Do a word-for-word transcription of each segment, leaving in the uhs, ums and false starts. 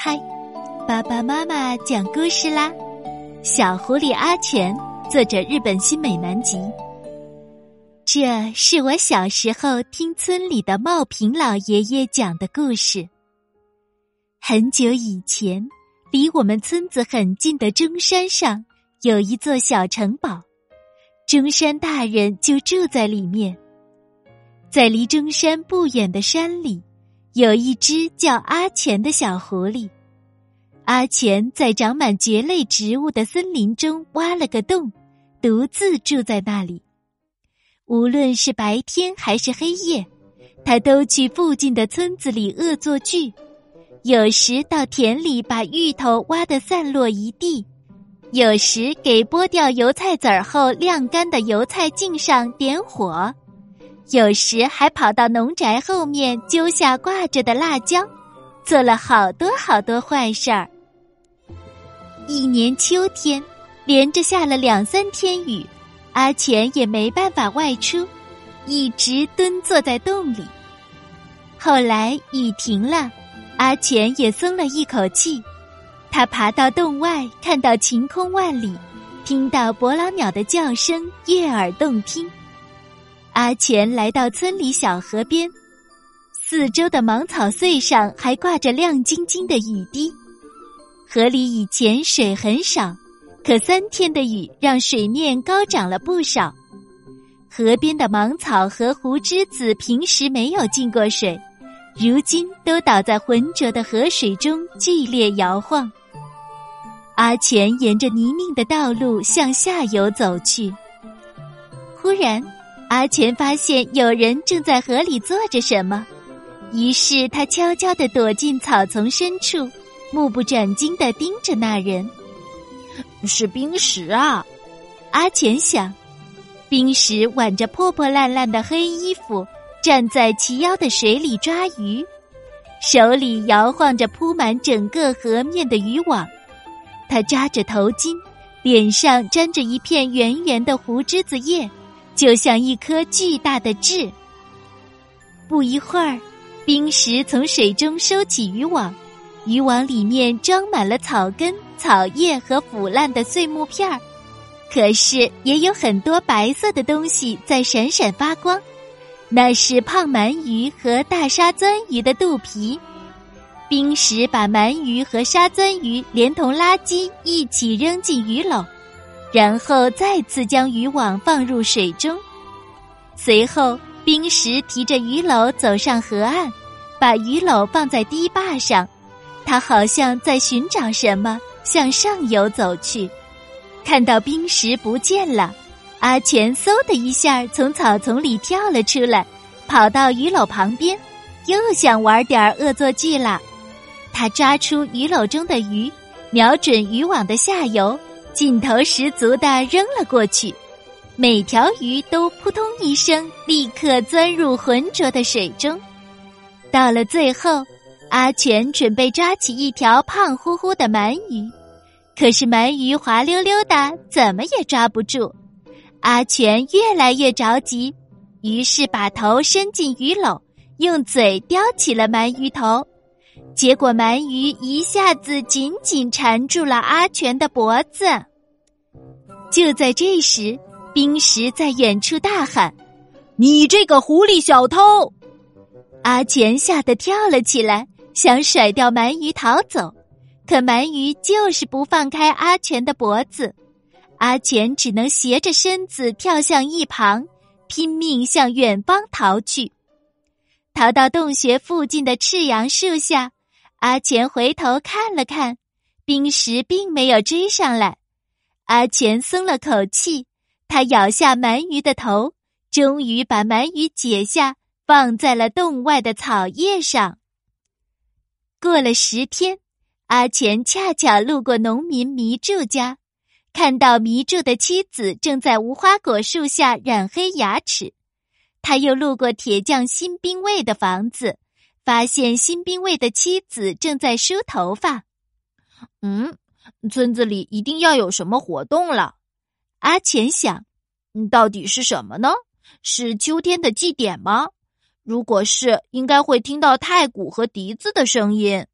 嗨，爸爸妈妈讲故事啦！小狐狸阿全，作者日本新美南吉。这是我小时候听村里的茂平老爷爷讲的故事。很久以前，离我们村子很近的中山上有一座小城堡，中山大人就住在里面。在离中山不远的山里，有一只叫阿全的小狐狸。阿全在长满蕨类植物的森林中挖了个洞，独自住在那里。无论是白天还是黑夜，他都去附近的村子里恶作剧，有时到田里把芋头挖得散落一地，有时给剥掉油菜籽儿后晾干的油菜茎上点火，有时还跑到农宅后面揪下挂着的辣椒，做了好多好多坏事儿。一年秋天，连着下了两三天雨，阿全也没办法外出，一直蹲坐在洞里。后来雨停了，阿全也松了一口气。他爬到洞外，看到晴空万里，听到伯劳鸟的叫声悦耳动听。阿全来到村里小河边，四周的芒草穗上还挂着亮晶晶的雨滴。河里以前水很少，可三天的雨让水面高涨了不少。河边的芒草和胡枝子平时没有进过水，如今都倒在浑浊的河水中剧烈摇晃。阿全沿着泥泞的道路向下游走去。忽然，阿全发现有人正在河里做着什么，于是他悄悄地躲进草丛深处，目不转睛地盯着那人。 是冰石啊， 阿全想。冰石挽着破破烂烂的黑衣服，站在齐腰的水里抓鱼，手里摇晃着铺满整个河面的渔网。他扎着头巾，脸上沾着一片圆圆的胡枝子叶，就像一颗巨大的痣。不一会儿，冰石从水中收起渔网，渔网里面装满了草根、草叶和腐烂的碎木片儿，可是也有很多白色的东西在闪闪发光，那是胖鳗鱼和大沙钻鱼的肚皮。冰石把鳗鱼和沙钻鱼连同垃圾一起扔进鱼篓，然后再次将渔网放入水中。随后，冰石提着鱼篓走上河岸，把鱼篓放在堤坝上。他好像在寻找什么，向上游走去。看到冰石不见了，阿全嗖的一下从草丛里跳了出来，跑到鱼篓旁边，又想玩点恶作剧了。他抓出鱼篓中的鱼，瞄准渔网的下游，劲头十足地扔了过去。每条鱼都扑通一声，立刻钻入浑浊的水中。到了最后，阿全准备抓起一条胖乎乎的鳗鱼，可是鳗鱼滑溜溜的，怎么也抓不住。阿全越来越着急，于是把头伸进鱼篓，用嘴叼起了鳗鱼头。结果鳗鱼一下子紧紧缠住了阿全的脖子。就在这时，冰石在远处大喊：“ 你这个狐狸小偷！” 阿全吓得跳了起来，想甩掉鳗鱼逃走，可鳗鱼就是不放开阿全的脖子。阿全只能斜着身子跳向一旁，拼命向远方逃去。逃到洞穴附近的赤杨树下，阿全回头看了看，冰石并没有追上来。阿全松了口气，他咬下鳗鱼的头，终于把鳗鱼解下，放在了洞外的草叶上。过了十天，阿全恰巧路过农民迷柱家，看到迷柱的妻子正在无花果树下染黑牙齿。他又路过铁匠新兵卫的房子，发现新兵卫的妻子正在梳头发。 嗯，村子里一定要有什么活动了。 阿全想， 到底是什么呢？是秋天的祭典吗？如果是，应该会听到太鼓和笛子的声音。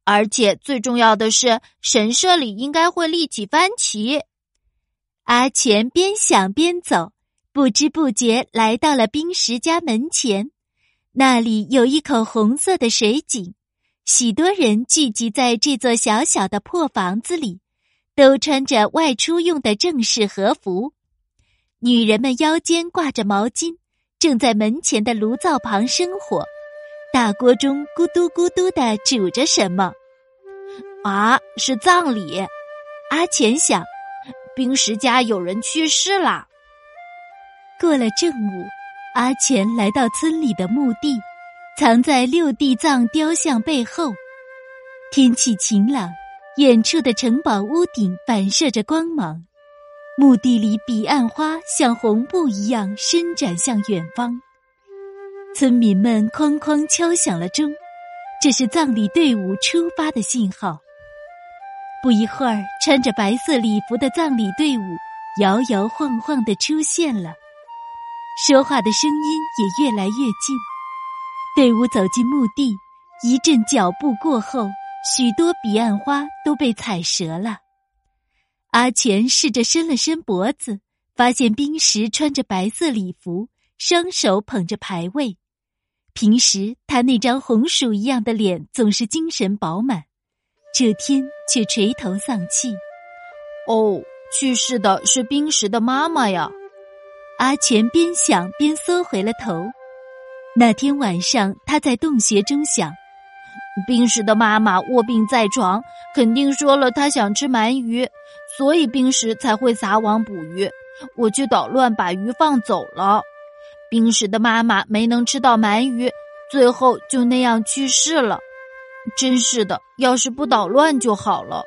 而且最重要的是，神社里应该会立起番旗。 阿全边想边走，不知不觉来到了冰石家门前。那里有一口红色的水井，许多人聚集在这座小小的破房子里，都穿着外出用的正式和服。女人们腰间挂着毛巾，正在门前的炉灶旁生火，大锅中咕嘟咕嘟地煮着什么。 啊，是葬礼。 阿全想， 冰石家有人去世了。 过了正午，阿全来到村里的墓地，藏在六地藏雕像背后。天气晴朗，远处的城堡屋顶反射着光芒，墓地里彼岸花像红布一样伸展向远方。村民们哐哐敲响了钟，这是葬礼队伍出发的信号。不一会儿，穿着白色礼服的葬礼队伍摇摇晃晃地出现了，说话的声音也越来越近。队伍走进墓地，一阵脚步过后，许多彼岸花都被踩折了。阿全试着伸了伸脖子，发现冰石穿着白色礼服，双手捧着牌位。平时他那张红薯一样的脸总是精神饱满，这天却垂头丧气。 哦，去世的是冰石的妈妈呀。 阿全边想边缩回了头。那天晚上，他在洞穴中想， 冰石的妈妈卧病在床，肯定说了她想吃鳗鱼，所以冰石才会撒网捕鱼。我去捣乱把鱼放走了，冰石的妈妈没能吃到鳗鱼，最后就那样去世了。真是的，要是不捣乱就好了。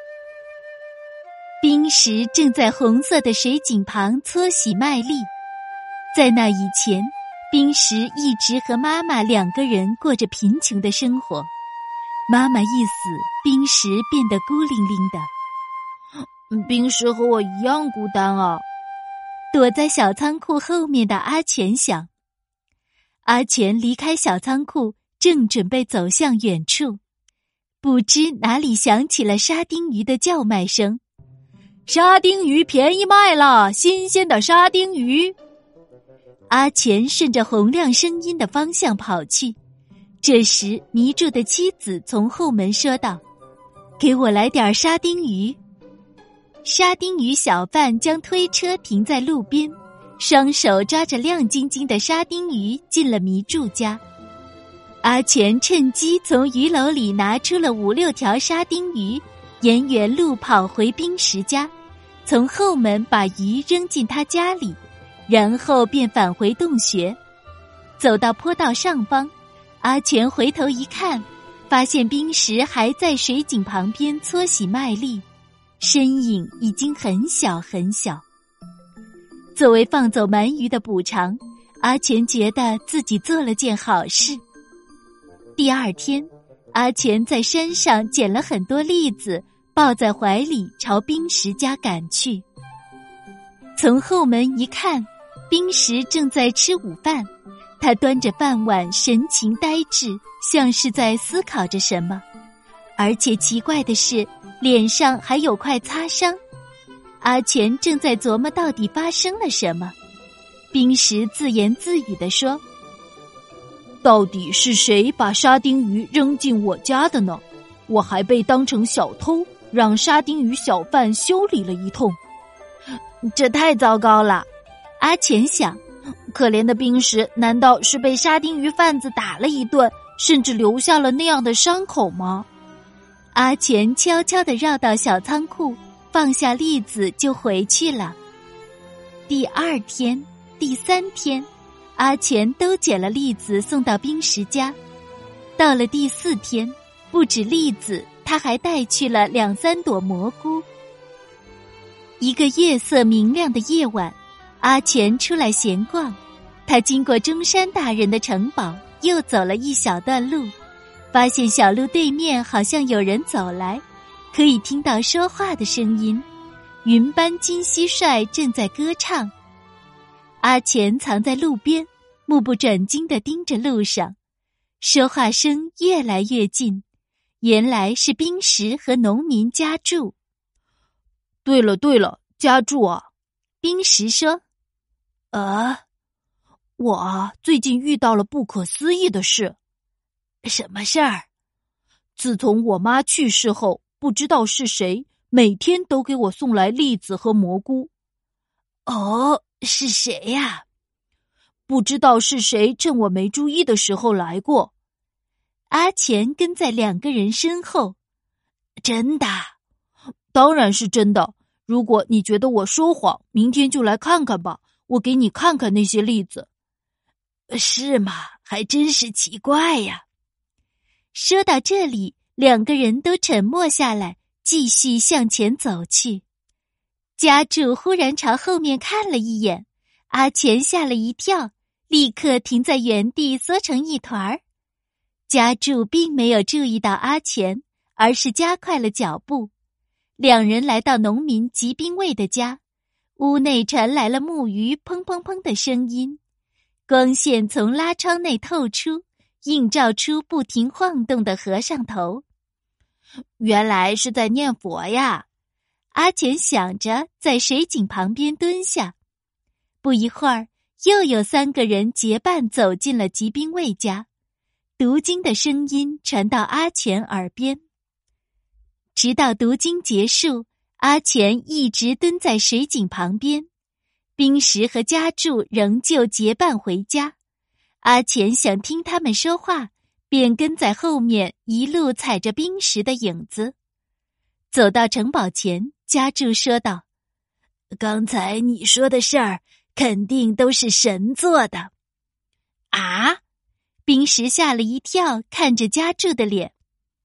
冰石正在红色的水井旁搓洗麦粒。在那以前，冰石一直和妈妈两个人过着贫穷的生活。妈妈一死，冰石变得孤零零的。 冰石和我一样孤单啊。 躲在小仓库后面的阿全想。阿全离开小仓库，正准备走向远处，不知哪里响起了沙丁鱼的叫卖声。 沙丁鱼便宜卖了，新鲜的沙丁鱼。 阿全顺着洪亮声音的方向跑去。这时迷住的妻子从后门说道，给我来点沙丁鱼。沙丁鱼小贩将推车停在路边，双手抓着亮晶晶的沙丁鱼进了迷住家。阿全趁机从鱼篓里拿出了五六条沙丁鱼，沿原路跑回冰石家，从后门把鱼扔进他家里，然后便返回洞穴。走到坡道上方，阿全回头一看，发现冰石还在水井旁边搓洗麦粒，身影已经很小很小。作为放走鳗鱼的补偿，阿全觉得自己做了件好事。第二天，阿全在山上捡了很多栗子，抱在怀里朝冰石家赶去。从后门一看，冰石正在吃午饭，他端着饭碗，神情呆滞，像是在思考着什么。而且奇怪的是，脸上还有块擦伤。阿全正在琢磨到底发生了什么。冰石自言自语地说， 到底是谁把沙丁鱼扔进我家的呢？我还被当成小偷，让沙丁鱼小贩修理了一通。这太糟糕了， 阿全想， 可怜的冰石难道是被沙丁鱼贩子打了一顿，甚至留下了那样的伤口吗？ 阿全悄悄地绕到小仓库，放下栗子就回去了。第二天、第三天，阿全都捡了栗子送到冰石家。到了第四天，不止栗子，他还带去了两三朵蘑菇。一个月色明亮的夜晚，阿全出来闲逛。他经过中山大人的城堡，又走了一小段路，发现小路对面好像有人走来，可以听到说话的声音。云斑金蟋蟀正在歌唱。阿全藏在路边，目不转睛地盯着路上，说话声越来越近， 原来是冰石和农民家柱。 对了对了，家柱啊， 冰石说：“ 呃，我啊最近遇到了不可思议的事。” 什么事儿？ 自从我妈去世后，不知道是谁每天都给我送来栗子和蘑菇。 哦，是谁呀？ 不知道是谁趁我没注意的时候来过。 阿全跟在两个人身后。真的？ 当然是真的。如果你觉得我说谎，明天就来看看吧，我给你看看那些栗子。 是吗？还真是奇怪呀。说到这里，两个人都沉默下来，继续向前走去。家柱忽然朝后面看了一眼，阿全吓了一跳，立刻停在原地缩成一团儿。家柱并没有注意到阿全，而是加快了脚步。两人来到农民吉兵卫的家，屋内传来了木鱼砰砰砰的声音，光线从拉窗内透出，映照出不停晃动的和尚头。 原来是在念佛呀， 阿全想着，在水井旁边蹲下。不一会儿，又有三个人结伴走进了吉兵卫家，读经的声音传到阿全耳边。直到读经结束，阿全一直蹲在水井旁边，冰石和家柱仍旧结伴回家。阿全想听他们说话，便跟在后面，一路踩着冰石的影子。走到城堡前，家柱说道：“刚才你说的事儿，肯定都是神做的。”啊！冰石吓了一跳，看着家柱的脸。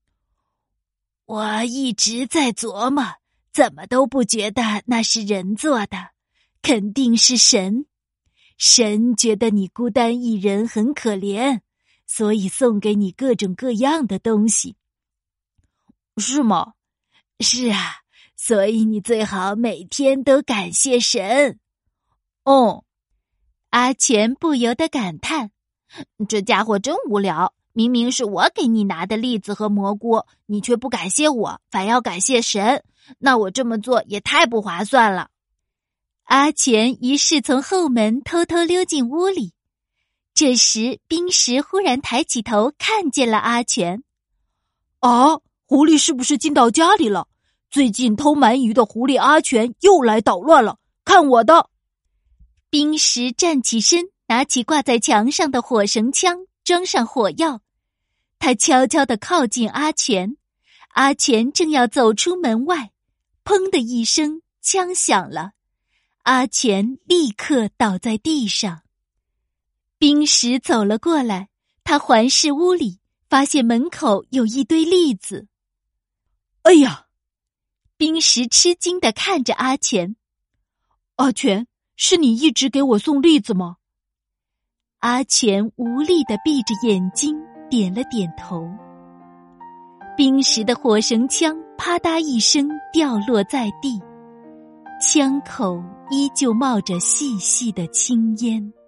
我一直在琢磨，怎么都不觉得那是人做的，肯定是神。神觉得你孤单一人很可怜，所以送给你各种各样的东西。 是吗？ 是啊，所以你最好每天都感谢神。 哦， 阿全不由得感叹， 这家伙真无聊，明明是我给你拿的栗子和蘑菇，你却不感谢我，反要感谢神，那我这么做也太不划算了。 阿全于是从后门偷偷溜进屋里。这时冰石忽然抬起头看见了阿全。 啊，狐狸是不是进到家里了？最近偷鳗鱼的狐狸阿全又来捣乱了，看我的！ 冰石站起身，拿起挂在墙上的火绳枪，装上火药。他悄悄地靠近阿全，阿全正要走出门外，砰的一声，枪响了，阿全立刻倒在地上。冰石走了过来，他环视屋里，发现门口有一堆栗子。 哎呀！ 冰石吃惊地看着阿全。 阿全，是你一直给我送栗子吗？ 阿全无力地闭着眼睛，点了点头。冰石的火绳枪啪嗒一声掉落在地，枪口依旧冒着细细的青烟。